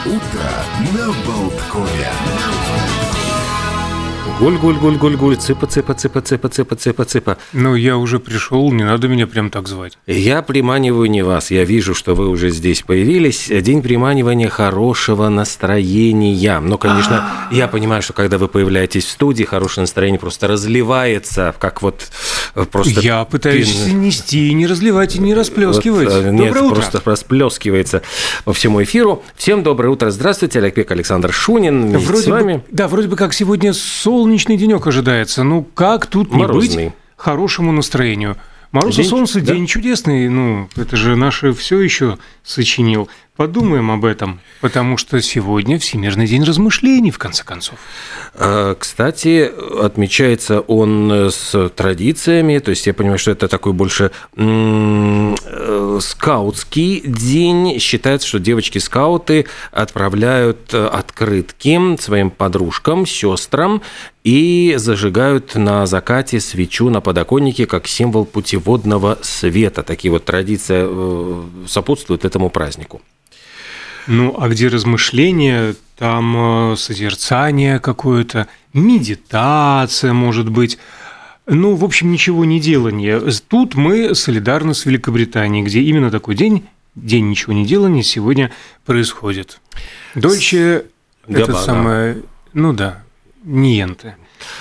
Утро на Болткове. Гуль-гуль-гуль-гуль-гуль, цыпа-цыпа-цыпа-цыпа-цыпа-цыпа-цыпа. Ну, я уже пришел, не надо меня прям так звать. Я приманиваю не вас, я вижу, что вы уже здесь появились. День приманивания хорошего настроения. Но, конечно, я понимаю, что когда вы появляетесь в студии, хорошее настроение просто разливается, как вот просто... Я пытаюсь нести, не разливать и не расплескивать. Вот, доброе нет, утро. Просто расплескивается по всему эфиру. Всем доброе утро, здравствуйте, Олег Пек, Александр Шунин. Вроде с вами. вроде бы как сегодня солнечный денек ожидается. Ну, как тут Морозный. не быть хорошему настроению? Мороз и солнце, да. День чудесный. Ну, это же наше все еще сочинил. Подумаем об этом, потому что сегодня Всемирный день размышлений, в конце концов. Кстати, отмечается он с традициями, то есть я понимаю, что это такой больше скаутский день. Считается, что девочки-скауты отправляют открытки своим подружкам, сестрам и зажигают на закате свечу на подоконнике как символ путеводного света. Такие вот традиции сопутствуют этому празднику. Ну, а где размышления, там созерцание какое-то, медитация, может быть. Ну, в общем, ничего не делание. Тут мы солидарны с Великобританией, где именно такой день ничего не делания, сегодня происходит. Дольче это самое, ну да, ниенте.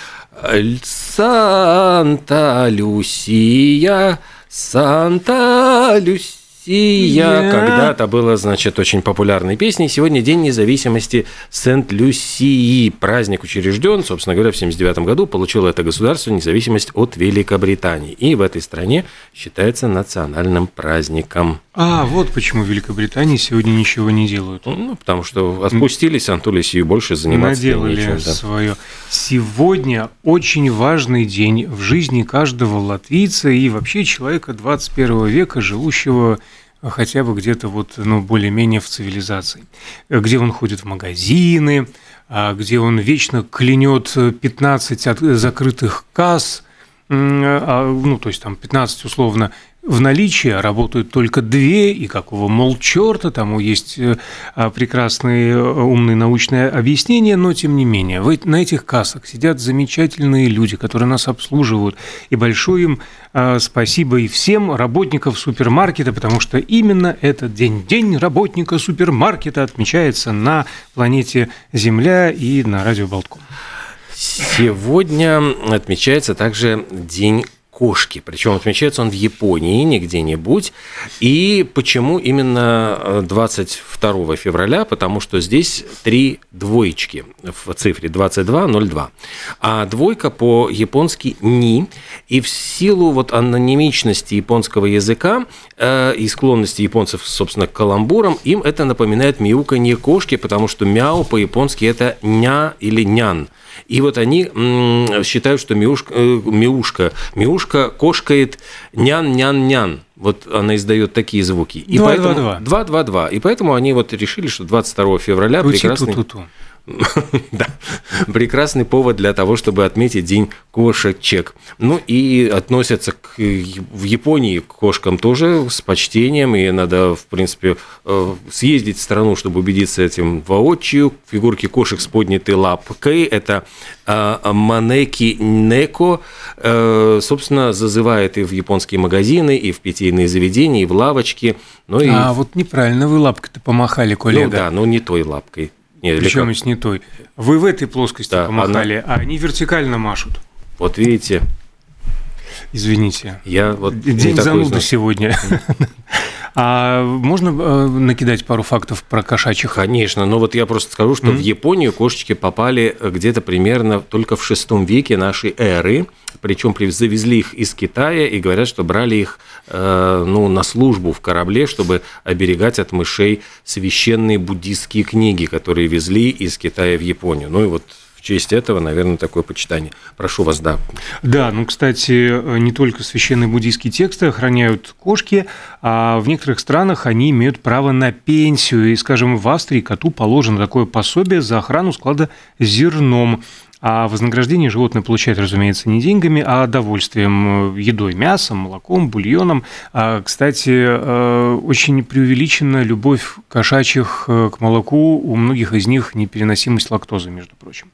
Санта-Люсия, Санта-Люсия. Когда-то было, значит, очень популярной песней. Сегодня День независимости Сент-Люсии. Праздник учрежден, собственно говоря, в 1979 году. Получило это государство независимость от Великобритании. И в этой стране считается национальным праздником. А, вот почему в Великобритании сегодня ничего не делают. Ну, потому что отпустили Санту-Люсию, больше заниматься наделали нечем. Да. Свое. Сегодня очень важный день в жизни каждого латвийца и вообще человека 21 века, живущего хотя бы где-то вот, ну, более-менее в цивилизации, где он ходит в магазины, где он вечно клянет 15 закрытых касс, ну, то есть там 15 условно в наличии, а работают только 2, и какого, мол, черта, тому есть прекрасные умные научные объяснения, но тем не менее, на этих кассах сидят замечательные люди, которые нас обслуживают, и большое им спасибо и всем работникам супермаркета, потому что именно этот день работника супермаркета отмечается на планете Земля и на радио Болтком. Сегодня отмечается также День кошки. Причем отмечается он в Японии, не где-нибудь. И почему именно 22 февраля? Потому что здесь 3 двоечки в цифре 2202. А двойка по-японски «ни». И в силу вот анонимичности японского языка и склонности японцев, собственно, к каламбурам, им это напоминает мяуканье кошки, потому что мяу по-японски это «ня» или «нян». И вот они считают, что Миушка кошкает нян-нян-нян. Вот она издает такие звуки. И 2-2-2. И поэтому они вот решили, что 22 февраля прекрасный повод для того, чтобы отметить День кошечек. Ну и относятся в Японии к кошкам тоже с почтением, и надо, в принципе, съездить в страну, чтобы убедиться этим воочию. Фигурки кошек с поднятой лапкой – это манеки неко, собственно, зазывает и в японские магазины, и в питейные заведения, и в лавочки. Вот неправильно вы лапкой-то помахали, коллега. Ну да, но не той лапкой. Причем есть не той. Вы в этой плоскости помахали, а они вертикально машут. Вот видите. Извините. Я вот день зануды сегодня. А можно накидать пару фактов про кошачьих? Конечно, но вот я просто скажу, что в Японию кошечки попали где-то примерно только в VI веке нашей эры, причем завезли их из Китая и говорят, что брали их на службу в корабле, чтобы оберегать от мышей священные буддистские книги, которые везли из Китая в Японию. Ну и вот в честь этого, наверное, такое почитание. Прошу вас, да. Да, кстати, не только священные буддийские тексты охраняют кошки, а в некоторых странах они имеют право на пенсию. И, скажем, в Австрии коту положено такое пособие за охрану склада с зерном. А вознаграждение животное получает, разумеется, не деньгами, а удовольствием, едой, мясом, молоком, бульоном. Кстати, очень преувеличена любовь кошачьих к молоку, у многих из них непереносимость лактозы, между прочим.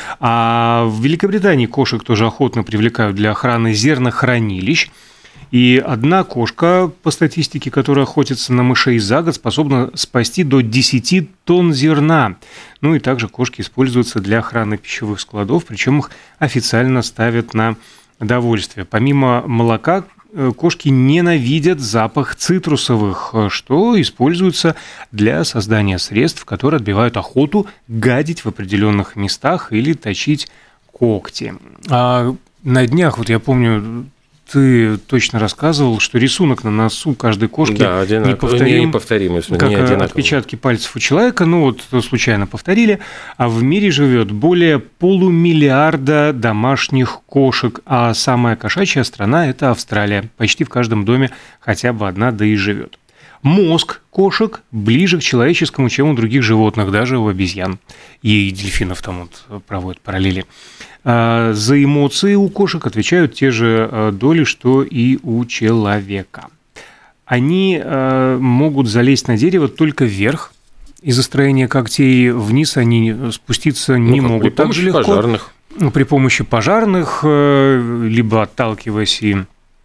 А в Великобритании кошек тоже охотно привлекают для охраны зернохранилищ. И одна кошка, по статистике, которая охотится на мышей за год, способна спасти до 10 тонн зерна. Ну и также кошки используются для охраны пищевых складов, причем их официально ставят на довольствие. Помимо молока, кошки ненавидят запах цитрусовых, что используется для создания средств, которые отбивают охоту гадить в определенных местах или точить когти. А на днях, вот я помню, ты точно рассказывал, что рисунок на носу каждой кошки неповторимый, как отпечатки пальцев у человека, случайно повторили, а в мире живет более 500 миллиарда домашних кошек, а самая кошачья страна – это Австралия, почти в каждом доме хотя бы одна, да и живет. Мозг кошек ближе к человеческому, чем у других животных, даже у обезьян и дельфинов там проводят параллели. За эмоции у кошек отвечают те же доли, что и у человека. Они могут залезть на дерево только вверх из-за строения когтей, вниз они спуститься не могут так же легко. При помощи пожарных, либо отталкиваясь и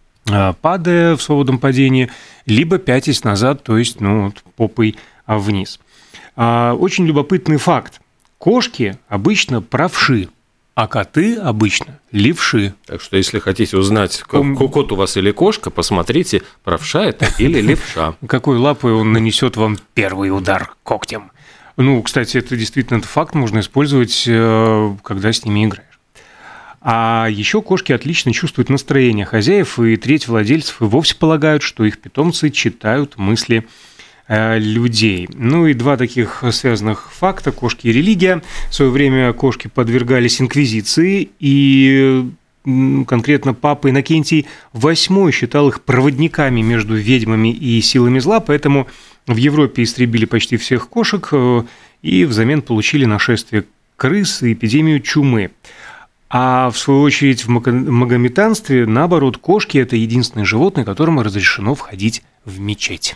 падая в свободном падении, либо пятясь назад, то есть попой вниз. Очень любопытный факт. Кошки обычно правши, а коты обычно левши. Так что, если хотите узнать, кот у вас или кошка, посмотрите, правша это или левша. Какой лапой он нанесет вам первый удар когтем. Кстати, это действительно факт, можно использовать, когда с ними играешь. А еще кошки отлично чувствуют настроение хозяев, и треть владельцев и вовсе полагают, что их питомцы читают мысли людей. И два таких связанных факта – кошки и религия. В свое время кошки подвергались инквизиции, и конкретно папа Иннокентий VIII считал их проводниками между ведьмами и силами зла, поэтому в Европе истребили почти всех кошек и взамен получили нашествие крыс и эпидемию чумы. А в свою очередь в магометанстве, наоборот, кошки – это единственные животные, которым разрешено входить в мечеть.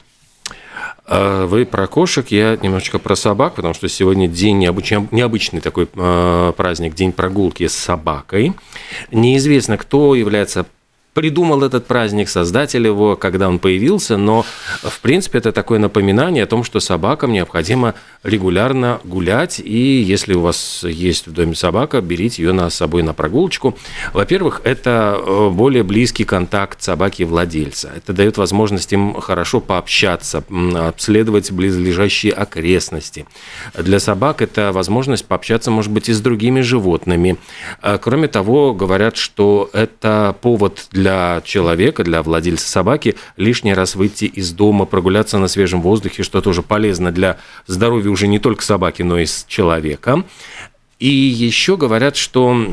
Вы про кошек, я немножечко про собак, потому что сегодня день необычный такой праздник, день прогулки с собакой. Неизвестно, кто придумал этот праздник, создатель его, когда он появился, но, в принципе, это такое напоминание о том, что собакам необходимо регулярно гулять, и если у вас есть в доме собака, берите ее с собой на прогулочку. Во-первых, это более близкий контакт собаки и владельца. Это дает возможность им хорошо пообщаться, обследовать близлежащие окрестности. Для собак это возможность пообщаться, может быть, и с другими животными. Кроме того, говорят, что это повод для человека, для владельца собаки лишний раз выйти из дома, прогуляться на свежем воздухе, что тоже полезно для здоровья уже не только собаки, но и человека. И еще говорят, что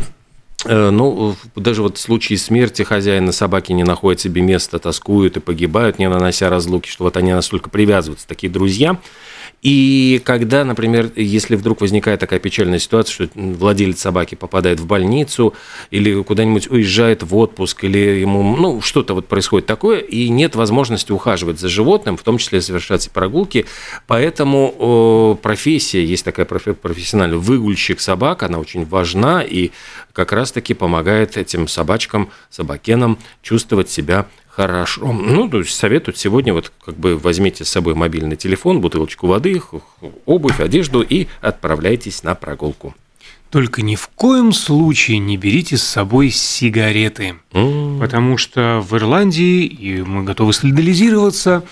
даже в случае смерти хозяина собаки не находят себе места, тоскуют и погибают, не нанося разлуки, что они настолько привязываются, такие друзья. И когда, например, если вдруг возникает такая печальная ситуация, что владелец собаки попадает в больницу или куда-нибудь уезжает в отпуск, или ему что-то происходит такое, и нет возможности ухаживать за животным, в том числе совершать прогулки, поэтому профессия, есть такая профессиональная, выгульщик собак, она очень важна и как раз-таки помогает этим собачкам, собакенам чувствовать себя хорошо. То есть советуют сегодня возьмите с собой мобильный телефон, бутылочку воды, обувь, одежду и отправляйтесь на прогулку. Только ни в коем случае не берите с собой сигареты, потому что в Ирландии, и мы готовы солидаризироваться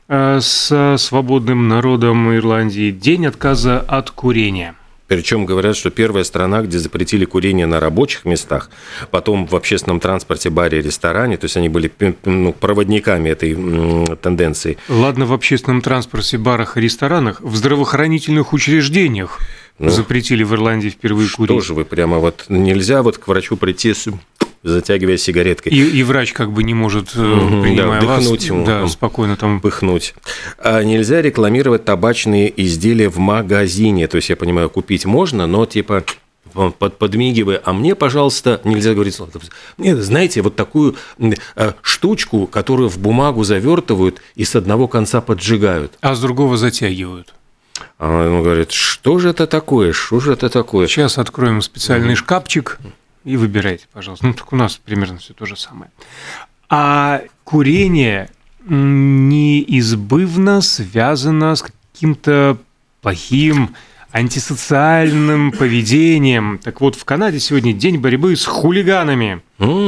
с свободным народом Ирландии, день отказа от курения. Причем говорят, что первая страна, где запретили курение на рабочих местах, потом в общественном транспорте, баре, ресторане, то есть они были проводниками этой тенденции. Ладно, в общественном транспорте, барах и ресторанах, в здравоохранительных учреждениях запретили в Ирландии впервые курить. Что же вы прямо нельзя к врачу прийти, затягивая сигареткой. И врач не может, принимая вдохнуть вас, спокойно там пыхнуть. А нельзя рекламировать табачные изделия в магазине. То есть, я понимаю, купить можно, но подмигивая, а мне, пожалуйста, нельзя говорить слово. Мне, знаете, вот такую штучку, которую в бумагу завертывают и с одного конца поджигают. А с другого затягивают. А он говорит, что же это такое, что же это такое? Сейчас откроем специальный шкафчик и выбирайте, пожалуйста. Ну, так у нас примерно все то же самое. А курение неизбывно связано с каким-то плохим антисоциальным поведением. Так вот, в Канаде сегодня день борьбы с хулиганами.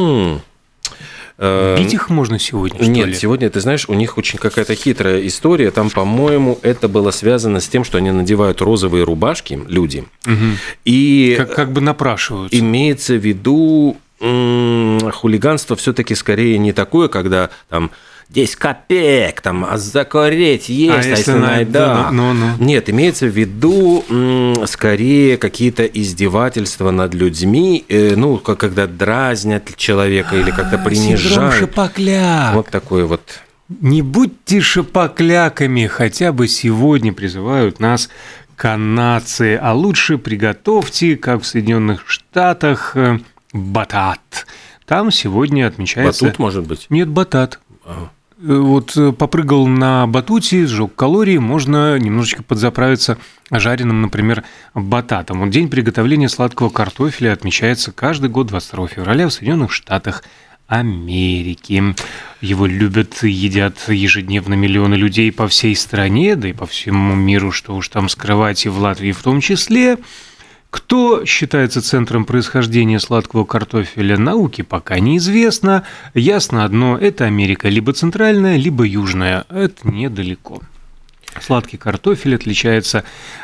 Бить их можно сегодня, что ли? Нет, сегодня, ты знаешь, у них очень какая-то хитрая история. Там, по-моему, это было связано с тем, что они надевают розовые рубашки, люди. И как бы напрашиваются. Имеется в виду, хулиганство все-таки скорее не такое, когда там 10 копеек, там, закурить есть, если да. Нет, имеется в виду скорее какие-то издевательства над людьми, ну, когда дразнят человека или как-то принижают. Синдром шапокляк. Вот такой вот. Не будьте шапокляками, хотя бы сегодня призывают нас канадцы, а лучше приготовьте, как в Соединенных Штатах, батат. Там сегодня отмечается... Батут, может быть? Нет, батат. Вот попрыгал на батуте, сжег калории, можно немножечко подзаправиться жареным, например, бататом. Вот день приготовления сладкого картофеля отмечается каждый год 22 февраля в Соединенных Штатах Америки. Его любят и едят ежедневно миллионы людей по всей стране, да и по всему миру, что уж там скрывать, и в Латвии в том числе. Кто считается центром происхождения сладкого картофеля, науке пока неизвестно. Ясно одно – это Америка, либо центральная, либо южная. Это недалеко. Сладкий картофель отличается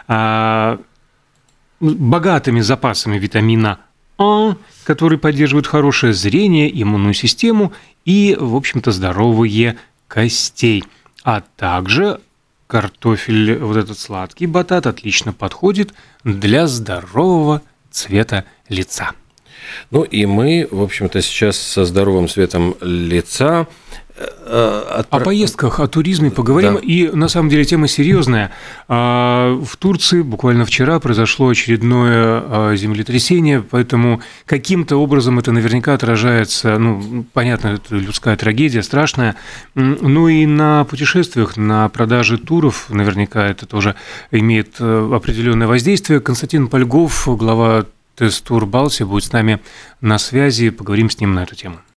богатыми запасами витамина А, который поддерживает хорошее зрение, иммунную систему и, в общем-то, здоровые костей. А также картофель, вот этот сладкий батат, отлично подходит для здорового цвета лица. Ну и мы, в общем-то, сейчас со здоровым цветом лица... О поездках, о туризме поговорим. Да. И на самом деле тема серьезная. В Турции буквально вчера произошло очередное землетрясение, поэтому каким-то образом это наверняка отражается, ну, понятно, это людская трагедия, страшная, но и на путешествиях, на продаже туров наверняка это тоже имеет определенное воздействие. Константин Польгов, глава ТЭС Тур Балтия, будет с нами на связи, поговорим с ним на эту тему.